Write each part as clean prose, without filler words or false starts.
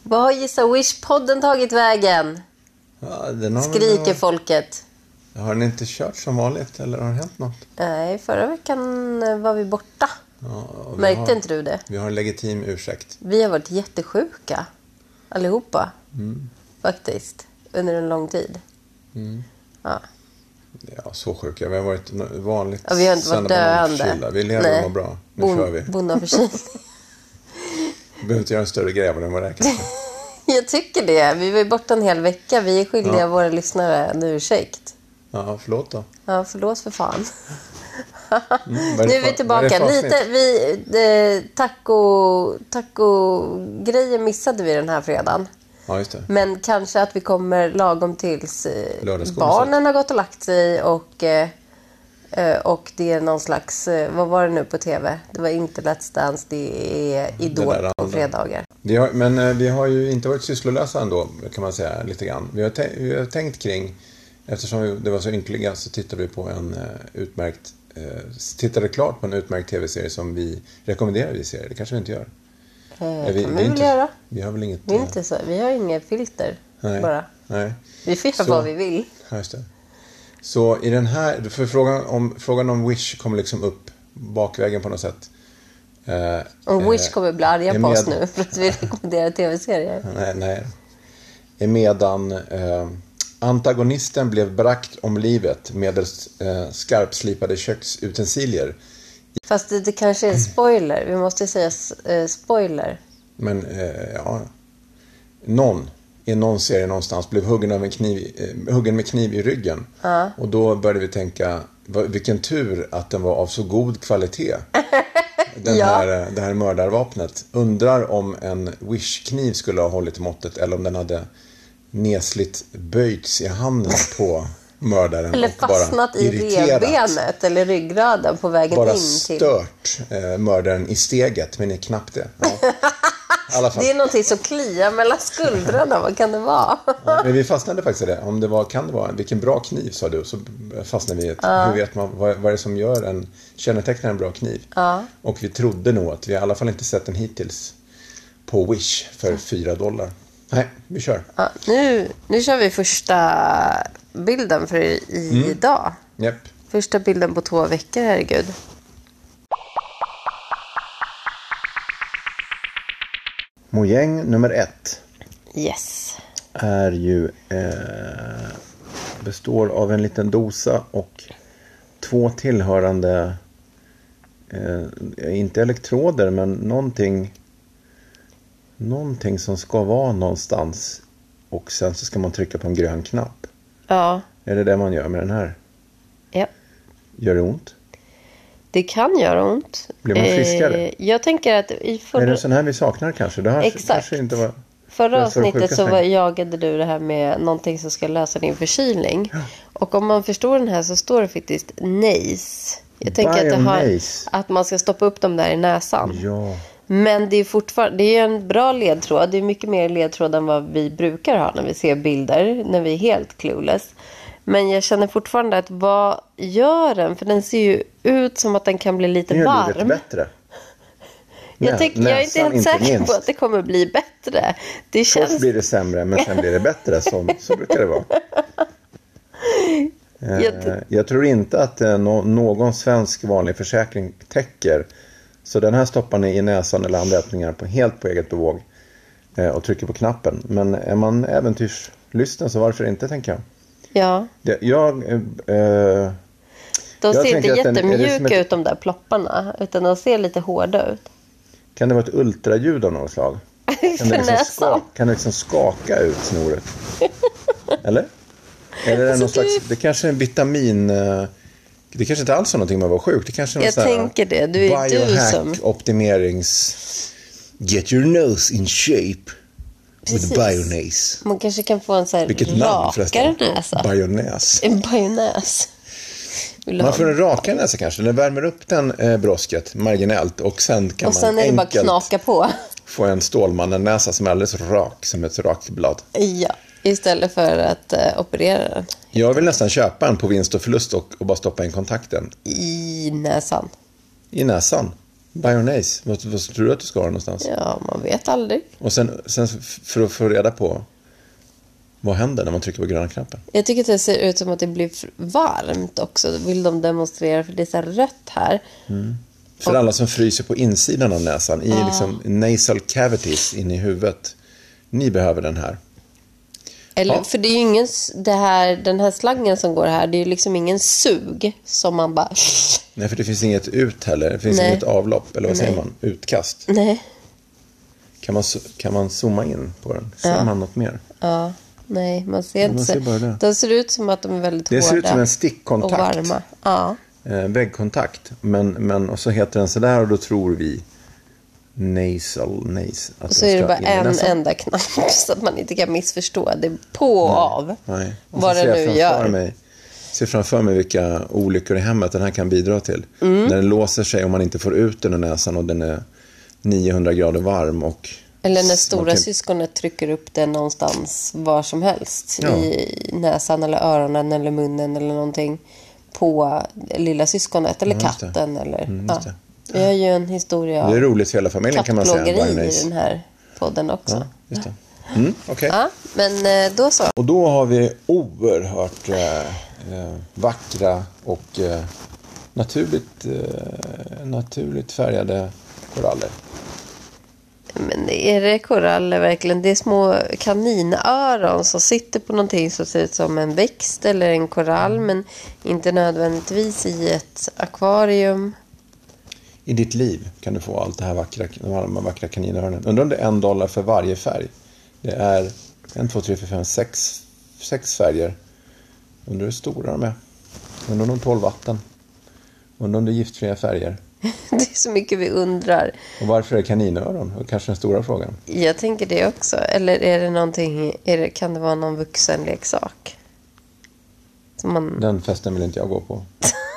Vad har Gissa Wish-podden tagit vägen? Ja, Skriker folket. Har den inte kört som vanligt eller har det hänt något? Nej, förra veckan var vi borta. Ja, Märkte inte du det? Vi har en legitim ursäkt. Vi har varit jättesjuka. Allihopa. Faktiskt. Under en lång tid. Ja. Ja, så sjuka. Vi har varit vanligt. Ja, vi har inte varit döende. Vi lever och mår bra. Nu kör vi. Bondaförkylning. Vi behöver inte göra en större grej än vad räknas. Jag tycker det. Vi var ju borta en hel vecka. Vi är skyldiga våra lyssnare en ursäkt. Ja, förlåt då. Ja, förlåt för fan. Nu är vi tillbaka. Taco-grejen missade vi den här fredagen. Ja, just det. Men kanske att vi kommer lagom tills barnen har gått och lagt sig och det är någon slags, vad var det nu på tv? Det var inte Let's Dance, det är Idol på fredagar. Men vi har ju inte varit sysslolösa ändå, kan man säga, lite grann. Vi har tänkt kring, eftersom det var så ynkliga, så tittade vi på tittade klart på en utmärkt tv-serie som vi rekommenderar i serie. Det kanske vi inte gör. Kan vi väl göra? Vi har väl inget... Vi har inget filter. Nej, bara. Nej. Vi får göra vad vi vill. Just det. Så i den här... För frågan om Wish kommer liksom upp bakvägen på något sätt. Om Wish kommer bli arga på oss nu för att vi rekommenderar tv-serier. Nej. Medan antagonisten blev bragt om livet med skarpslipade köksutensilier. Fast det kanske är en spoiler. Vi måste säga spoiler. Men någon i någon serie någonstans blev huggen med kniv i ryggen. Och då började vi tänka, vilken tur att den var av så god kvalitet. Det här mördarvapnet. Undrar om en Wish-kniv skulle ha hållit måttet eller om den hade nesligt böjts i handen på mördaren. Eller fastnat i revbenet eller ryggraden på vägen bara in till. Bara stört mördaren i steget, men knappt det. Ja. Det är någonting som kliar mellan skuldrarna. Vad kan det vara? Ja, men vi fastnade faktiskt i det. Kan det vara vilken bra kniv, sa du. Så fastnade vi i hur vet man vad är det som kännetecknar en bra kniv. Och vi trodde nog att vi i alla fall inte sett den hittills på Wish för $4. Nej, vi kör. Ja, nu kör vi första bilden för idag. Japp. Första bilden på 2 veckor, herregud. Mojäng nummer 1. Yes. Är ju består av en liten dosa och 2 tillhörande inte elektroder, men någonting som ska vara någonstans, och sen så ska man trycka på en grön knapp. Ja. Är det man gör med den här? Ja. Gör det ont? Det kan göra ont. Blir man friskare? Jag tänker att Är det sån här vi saknar kanske? Det här exakt. Kanske inte var... Förra avsnittet så jagade du det här med någonting som ska lösa din förkylning. Ja. Och om man förstår den här så står det faktiskt Nace. Jag tänker att man ska stoppa upp dem där i näsan. Ja. Men det är fortfarande en bra ledtråd. Det är mycket mer ledtråd än vad vi brukar ha när vi ser bilder. När vi är helt clueless. Men jag känner fortfarande att vad gör den? För den ser ju ut som att den kan bli lite varm. Det är bättre. Jag är inte helt säker på att det kommer bli bättre. Först blir det sämre, men sen blir det bättre. Så brukar det vara. Jag tror inte att någon svensk vanlig försäkring täcker. Så den här stoppar ni i näsan eller andra öppningar helt på eget bevåg. Och trycker på knappen. Men är man äventyrslysten så varför inte, tänker jag. Ja. De ser inte jättemjuka ut, de där plopparna. Utan de ser lite hårda ut. Kan det vara ett ultraljud av något slag? Kan det liksom skaka ut snoret? Eller? Eller är det någon slags... Det kanske är en vitamin... Det kanske inte alls är någonting med att vara sjuk. Det kanske är jag tänker det. Du är biohack optimerings... Get your nose in shape. With Bionase. Man kanske kan få en så här rakare näsa. Bionäs. En bionäs. Man får en rakare näsa kanske. Den värmer upp den brosket marginellt. Och sen kan man är det bara knaka på. Få en Stålmannen-näsa som är alldeles rak. Som ett rakblad. Ja, istället för att operera den. Jag vill nästan köpa en på vinst och förlust. Och bara stoppa in kontakten. I näsan. I näsan. Bionase, vad tror du att du ska ha någonstans? Ja, man vet aldrig. Och sen för att få reda på vad händer när man trycker på gröna knappen? Jag tycker att det ser ut som att det blir varmt också. Vill de demonstrera, för det är så här rött här. För alla som fryser på insidan av näsan, i liksom nasal cavities in i huvudet. Ni behöver den här. Eller, för det är ju ingen, den här slangen som går här, det är ju liksom ingen sug som man bara... Nej, för det finns inget ut heller. Det finns inget avlopp, eller vad säger man? Utkast. Nej. Kan man zooma in på den? Ser man något mer? Ja, nej, man ser inte. Ser bara det. De ser ut som att de är väldigt hårda. Det ser ut som en stickkontakt. Och varma. Ja. Väggkontakt. Men och så heter den så där, och då tror vi nase. Och så är det bara en enda knapp så att man inte kan missförstå det på och av. Nej. Och vad det nu gör. Ser framför mig vilka olyckor i hemmet den här kan bidra till. När den låser sig och man inte får ut den ur näsan och den är 900 grader varm. Eller när stora syskonet trycker upp den någonstans var som helst. I näsan eller öronen eller munnen eller någonting. På lilla syskonet eller katten. Eller, Vi har ju en historia. Det är roligt för hela familjen, kan man säga. I den här podden också. Ja, just det. Okay. Ja, men då så. Och då har vi oerhört vackra och naturligt färgade koraller. Men är det koraller verkligen? Det är små kaninöron som sitter på någonting som ser ut som en växt eller en korall, men inte nödvändigtvis i ett akvarium. I ditt liv kan du få allt det här vackra kaninöronen. Undrar om det är $1 för varje färg. Det är 1, 2, 3, 4, 5, 6 färger. Undrar hur stora de är. Undrar om de tål vatten. Undrar om det är giftfria färger. Det är så mycket vi undrar. Och varför är kaninöron? Kanske den stora frågan. Jag tänker det också. Eller är det någonting, kan det vara någon vuxenleksak? Den festen vill inte jag gå på.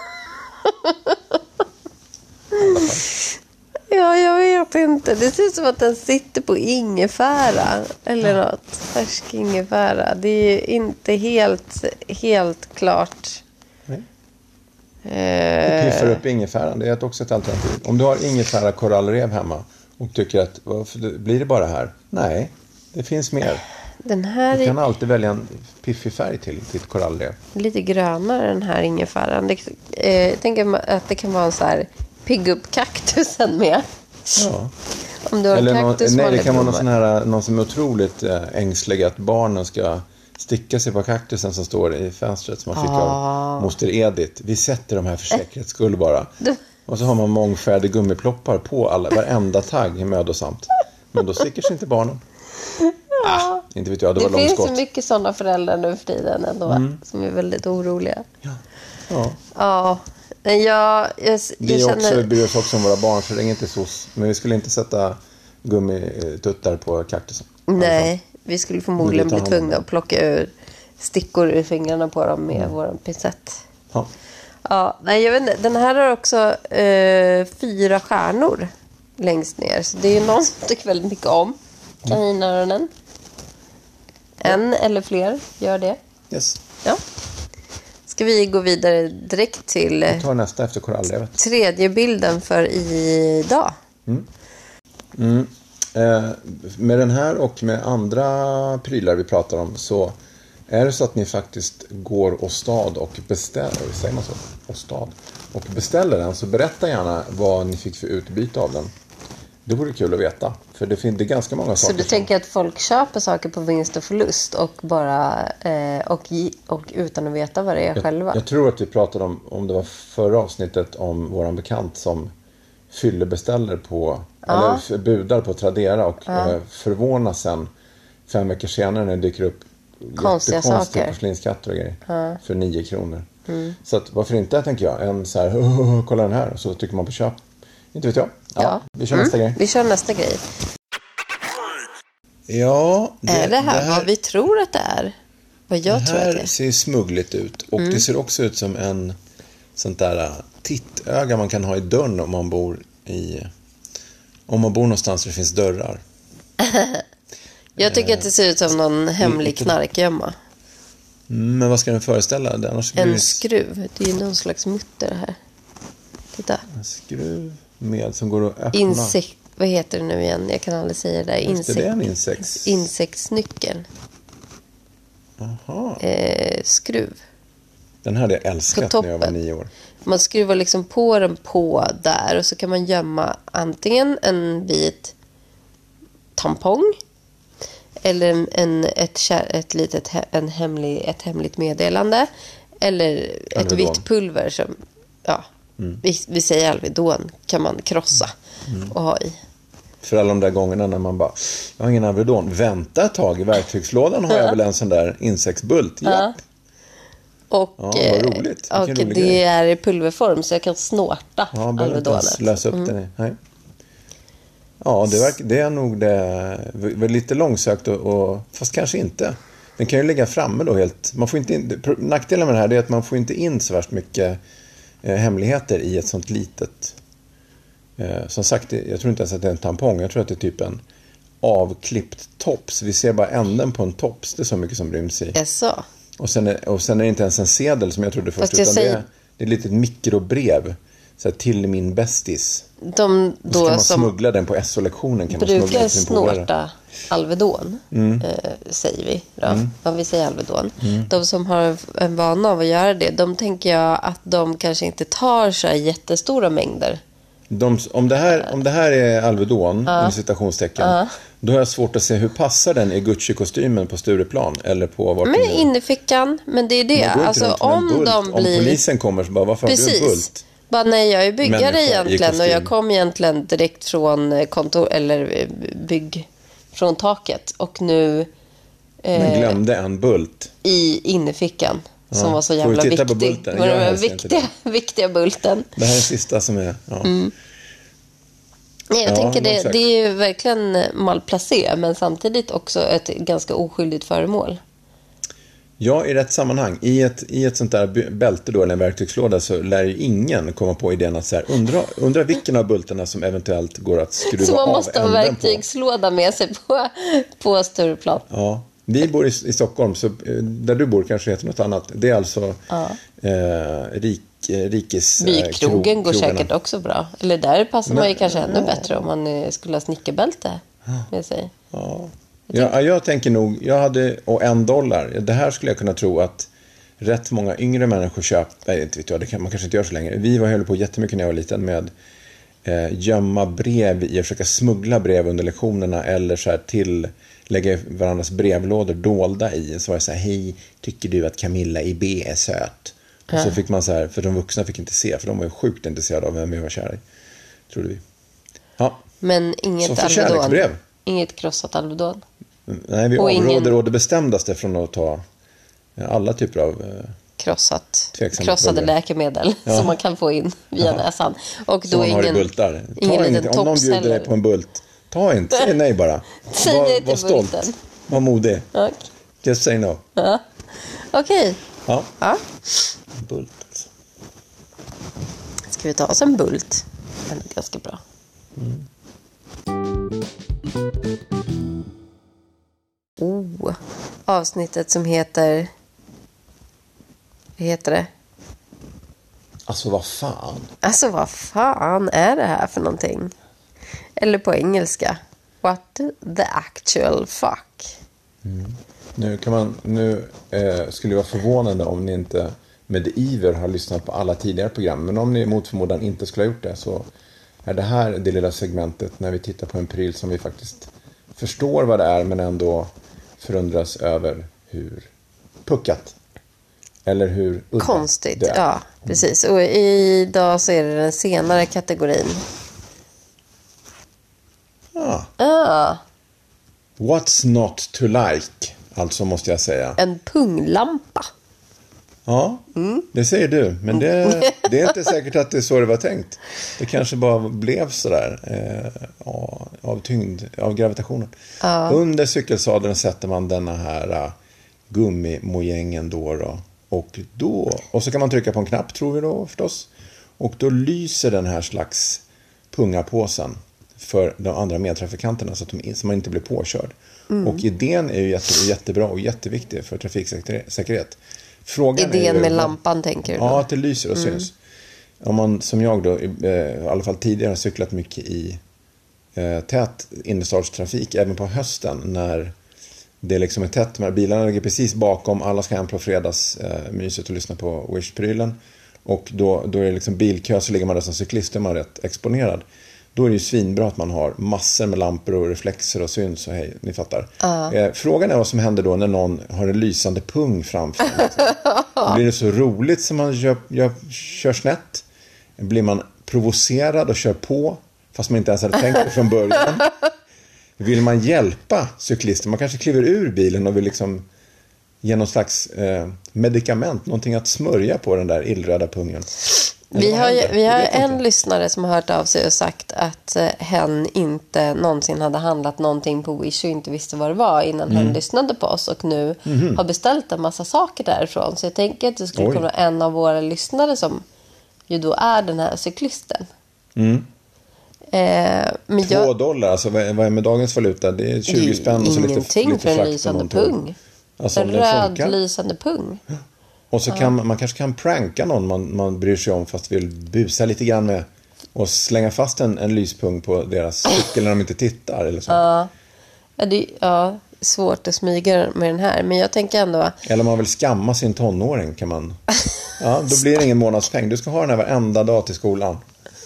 Ja, jag vet inte. Det ser ut som att den sitter på ingefära. Eller något. Färsk ingefära. Det är ju inte helt klart. Nej. Och piffar upp ingefäran. Det är också ett alternativ. Om du har ingefära korallrev hemma och tycker att varför blir det bara här? Nej, det finns mer. Du kan alltid välja en piffig färg till ditt korallrev. Lite grönare den här ingefäran. Jag tänker att det kan vara en så här pigg upp kaktusen med. Ja. Om du har eller kaktus nej, det kan vara någon som är otroligt ängslig att barnen ska sticka sig på kaktusen som står i fönstret som man fick av moster Edith. Vi sätter de här för säkerhets skull bara. Och så har man mångfärdig gummiploppar på varenda tagg, mödosamt. Men då sticker sig inte barnen. Inte vet jag, det finns så mycket sådana föräldrar nu för tiden ändå, som är väldigt oroliga. Ja. Vi bryr oss också om våra barn, för det är inte så. Men vi skulle inte sätta gummituttar på kaktusen. Nej, vi skulle förmodligen bli tvungna att plocka ur stickor ur fingrarna på dem med vår pincett. Ja, nej, jag vet inte. Den här har också 4 stjärnor längst ner. Så det är ju någon som tycker väldigt mycket om kaninöronen. En eller fler gör det. Yes. Ja. Ska vi gå vidare direkt till... Vi tar nästa efter korallrevet. Tredje bilden för idag. Med den här och med andra prylar vi pratar om så är det så att ni faktiskt går åstad och beställer, säger man så? Åstad. Och beställer den, så berätta gärna vad ni fick för utbyte av den. Det vore kul att veta, för det finns ganska många saker. Så du tänker att folk köper saker på vinst och förlust och bara och utan att veta vad det är själva? Jag tror att vi pratade om det var förra avsnittet om våran bekant som fyllebeställer på eller budar på Tradera och förvånas sen 5 veckor senare när det dyker upp konstiga porslinskatter och grejer för 9 kronor. Så att, varför inte, tänker jag, en så här, kolla den här, och så tycker man på köp. Inte vet jag. Ja. Vi kör nästa grej. Vi kör nästa grej. Ja, är det här vad vi tror att det är? Vad jag tror att det är. Det här ser smuggligt ut. Och det ser också ut som en sånt där tittöga man kan ha i dörren om man bor någonstans där det finns dörrar. Jag tycker att det ser ut som någon hemlig knarkgömma. Men vad ska den föreställa? En skruv. Det är ju någon slags mutter här. Titta. En skruv. med som går att öppna. Vad heter det nu igen? Jag kan aldrig säga det där. Det är en insektsnyckeln. Aha. Skruv. Den hade jag älskat när jag var 9 år. Man skruvar liksom på den på där. Och så kan man gömma antingen en bit tampong. Eller ett hemligt meddelande. Eller ett vitt pulver som... Ja, vi säger Alvedon kan man krossa och ha i. För alla de där gångerna när man bara, jag har ingen Alvedon. Vänta ett tag, i verktygslådan har jag väl en sån där insektsbult. Ja. Och, vad roligt. Och det är i pulverform så jag kan snorta Alvedonet. Läsa upp den. Nej. Ja, det är nog det lite långsökt och fast kanske inte. Den kan ju ligga framme då helt. Man får inte nackdelen med det här är att man får inte in så värst mycket hemligheter i ett sånt litet. Som sagt, jag tror inte ens att det är en tampong. Jag tror att det är typ en avklippt tops. Vi ser bara änden på en tops. Det är så mycket som ryms i. Jaså. Och sen är det inte ens en sedel som jag trodde först. Utan det är ett litet mikrobrev. Så här, till min bästis. De då kan man som smuggla den på SO-lektionen. Kan brukar man snorta Alvedon, säger vi då. Ja, vi säger Alvedon. De som har en vana av att göra det, de tänker jag att de kanske inte tar så här jättestora mängder. Om det här är Alvedon, i citationstecken, då har jag svårt att se hur passar den i Gucci-kostymen på Stureplan eller på vart. Men innerfickan, men det är det. Alltså om polisen kommer så bara, varför har du en bult? Bara, nej, jag är byggare egentligen och jag kom egentligen direkt från kontor eller bygg från taket och nu men glömde en bult i innerfickan som var så jävla viktig. På bulten. Viktiga bulten. Det här är sista som är Jag tänker det är ju verkligen malplacé, men samtidigt också ett ganska oskyldigt föremål. Ja, i rätt sammanhang. I ett sånt där bälte då, eller en verktygslåda, så lär ju ingen komma på idén att så här, undra vilken av bultarna som eventuellt går att skruva av. Så man måste ha verktygslåda med sig på Stureplan. Ja, vi bor i Stockholm, så där du bor kanske heter något annat. Det är alltså rikes... Bykrogen går säkert också bra. Eller där passar man ju kanske ännu bättre om man skulle ha snickerbälte med sig. Ja, jag tänker nog, jag hade $1. Det här skulle jag kunna tro att rätt många yngre människor köper. Inte vet jag, det kan man kanske inte göra så länge. Vi höll på jättemycket när jag var liten med gömma brev i att försöka smuggla brev under lektionerna eller så här lägga varandras brevlådor dolda i. Så var det så här, hej, tycker du att Camilla i B är söt? Och så fick man så här, för de vuxna fick inte se, för de var ju sjukt intresserade av vem jag var kär i, trodde vi. Ja. Men inget Alvedon. Inget krossat Alvedon. Nej, vi avråder och det bestämdaste från att ta alla typer av krossade läkemedel som man kan få in via näsan. Och då ingen bultar. Om någon bjuder dig på en bult, ta inte, säg nej bara. Var stolt. Bulten. Var modig. Okay. Just say no. Ja. Okej. Ja. Bult alltså. Ska vi ta oss en bult? Det är ganska bra. Avsnittet som heter... Vad heter det? Alltså vad fan? Alltså vad fan är det här för någonting? Eller på engelska. What the actual fuck? Nu skulle det vara förvånande om ni inte med iver har lyssnat på alla tidigare program. Men om ni mot förmodan inte skulle ha gjort det, så är det här det lilla segmentet när vi tittar på en pryl som vi faktiskt förstår vad det är, men ändå förundras över hur puckat eller hur udda konstigt det är. Ja, precis. Och idag så är det den senare kategorin. What's not to like? Alltså måste jag säga. En punglampa. Ja, det säger du. Men det är inte säkert att det är så det var tänkt. Det kanske bara blev sådär av tyngd, av gravitationen. Under cykelsadeln sätter man denna här gummimojängen då. Och så kan man trycka på en knapp, tror vi då förstås. Och då lyser den här slags pungapåsen för de andra medtrafikanterna så att man inte blir påkörd. Och idén är ju jättebra och jätteviktig för trafiksäkerhet. Idén med lampan tänker du då? Ja, att det lyser och syns. om man som jag då, i alla fall tidigare har cyklat mycket i tät innerstadstrafik, även på hösten när det liksom är tätt med bilarna ligger precis bakom, alla ska hem på fredags myset och lyssna på Wish-prylen, och då är det liksom bilkö, så ligger man där som cyklist, är man rätt exponerad. Då är det ju svinbra att man har massor med lampor och reflexer och syns och hej, ni fattar. Frågan är vad som händer då när någon har en lysande pung framför. Blir det så roligt som man kör snett? Blir man provocerad och kör på fast man inte ens hade tänkt på från början? Vill man hjälpa cyklister? Man kanske kliver ur bilen och vill liksom ge någon slags medikament, någonting att smörja på den där illröda pungen. Vi har en lyssnare som har hört av sig och sagt att hen inte någonsin hade handlat någonting på Wish och inte visste vad det var innan hen lyssnade på oss, och nu har beställt en massa saker därifrån. Så jag tänker att det skulle kunna vara en av våra lyssnare som ju då är den här cyklisten. Men $2, alltså vad är med dagens valuta? Det är 20 spänn och så ingenting för en lysande pung. Alltså, en röd lysande pung. Och så kan man kanske kan pranka någon man bryr sig om fast vill busa lite grann med och slänga fast en lyspung på deras cykel när de inte tittar eller så. Det är svårt att smyga med den här, men jag tänker ändå. Eller man vill skamma sin tonåring kan man. Ja, då blir det ingen månadspeng. Du ska ha den här varenda dag till skolan.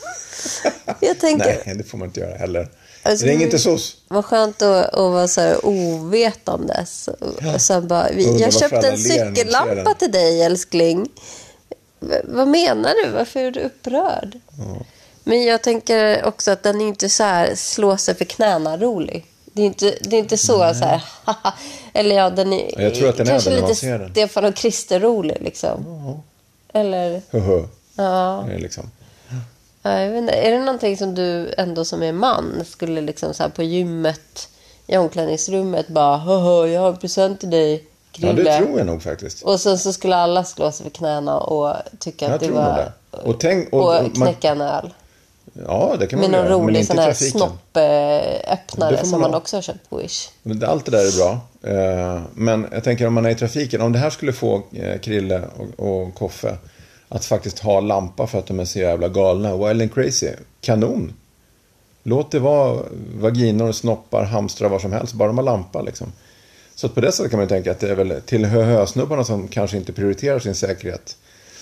Jag tänker. Nej, det får man inte göra heller. Alltså, ring inte SOS. Vad skönt att vara så här ovetandes. Och sen bara, jag köpte en cykellampa till dig, älskling. Vad menar du? Varför är du upprörd? Men jag tänker också att den är inte så här slå sig för knäna rolig. Det är inte så här. Eller den är, jag tror att den kanske är lite Stefan och Krister rolig liksom. Eller det är liksom. Jag vet inte, är det någonting som du ändå som är man skulle liksom så här på gymmet i omklädningsrummet bara jag har en present till dig, Krille. Ja, det tror jag nog faktiskt. Och sen så skulle alla slå sig för knäna och tycka att det var det. Och knäcka en öl. Ja, det kan man göra. Med någon rolig sån här snoppöppnare som man också har köpt på Wish. Allt det där är bra. Men jag tänker om man är i trafiken, om det här skulle få Krille och Koffe att faktiskt ha lampa för att de är så jävla galna, wild and crazy, kanon. Låt det vara vaginor, snoppar, hamstrar, vad som helst, bara de har lampa liksom. Så att på det sättet kan man tänka att det är väl till hösnubbarna som kanske inte prioriterar sin säkerhet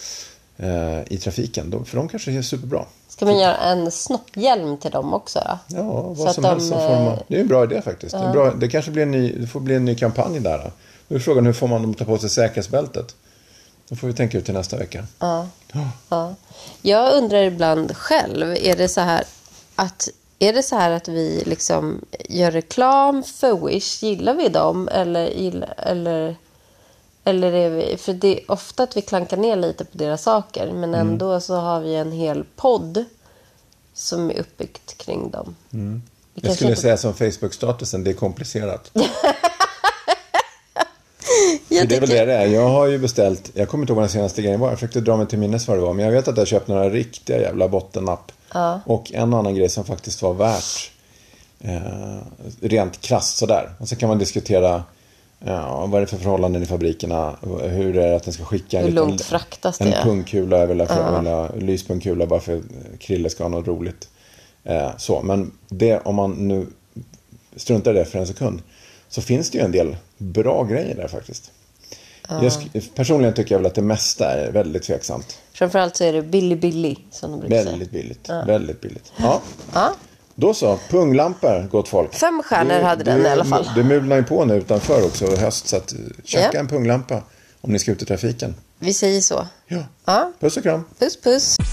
i trafiken, för de kanske är superbra. Ska man göra en snopphjälm till dem också då? Ja, vad som helst. Det är en bra idé faktiskt. Det kanske blir en ny kampanj där. Då. Nu är frågan hur får man dem att ta på sig säkerhetsbältet? Då får vi tänka ut till nästa vecka. Ja. Jag undrar ibland själv, är det så här att vi liksom gör reklam för Wish? Gillar vi dem? Eller är vi, för det är ofta att vi klankar ner lite på deras saker, men ändå så har vi en hel podd som är uppbyggt kring dem. Jag skulle säga som Facebook-statusen, det är komplicerat. Det är väl det är. Jag har ju beställt, jag kommer inte ihåg vad den senaste grejen var, jag försökte dra mig till minnes vad det var, men jag vet att jag köpt några riktiga jävla bottennapp och en annan grej som faktiskt var värt rent krasst sådär. Och så kan man diskutera vad är det för förhållanden i fabrikerna, hur är det att den ska skicka en pungkula eller lyspungkula bara för Krille ska ha något roligt. Men det, om man nu struntar det för en sekund, så finns det ju en del bra grejer där faktiskt. Personligen tycker jag väl att det mesta är väldigt tveksamt. Framförallt så är det billig som de brukar säga. Väldigt billigt. Då så, punglampor, gott folk. 5 stjärnor hade den i alla fall. Det mulnar ju på nu utanför också höst, så att checka en punglampa om ni ska ut i trafiken. Vi säger så. Ja. Puss och kram. Puss.